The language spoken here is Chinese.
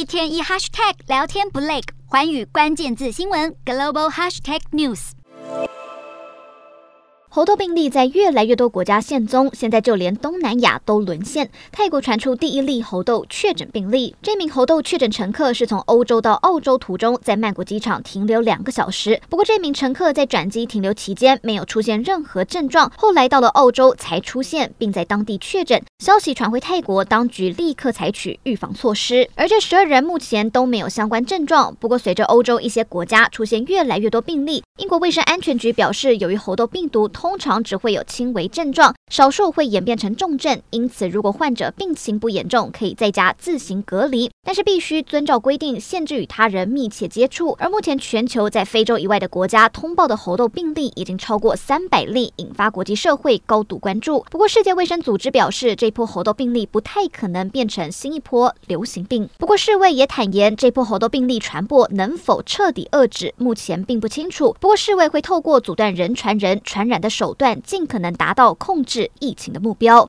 天一 hashtag 聊天不累，寰宇关键字新闻 global hashtag news。 猴痘病例在越来越多国家现踪，现在就连东南亚都沦陷。泰国传出第一例猴痘确诊病例，这名猴痘确诊乘客是从欧洲到澳洲途中，在曼谷机场停留2个小时。不过，这名乘客在转机停留期间没有出现任何症状，后来到了澳洲才出现，并在当地确诊。消息传回泰国，当局立刻采取预防措施。而这12人目前都没有相关症状。不过，随着欧洲一些国家出现越来越多病例，英国卫生安全局表示，由于猴痘病毒通常只会有轻微症状，少数会演变成重症，因此如果患者病情不严重，可以在家自行隔离，但是必须遵照规定，限制与他人密切接触。而目前全球在非洲以外的国家通报的猴痘病例已经超过300例，引发国际社会高度关注。不过，世界卫生组织表示，这波猴痘病例不太可能变成新一波流行病。不过，世卫也坦言，这波猴痘病例传播能否彻底遏制，目前并不清楚。不过，世卫会透过阻断人传人传染的手段，尽可能达到控制疫情的目标。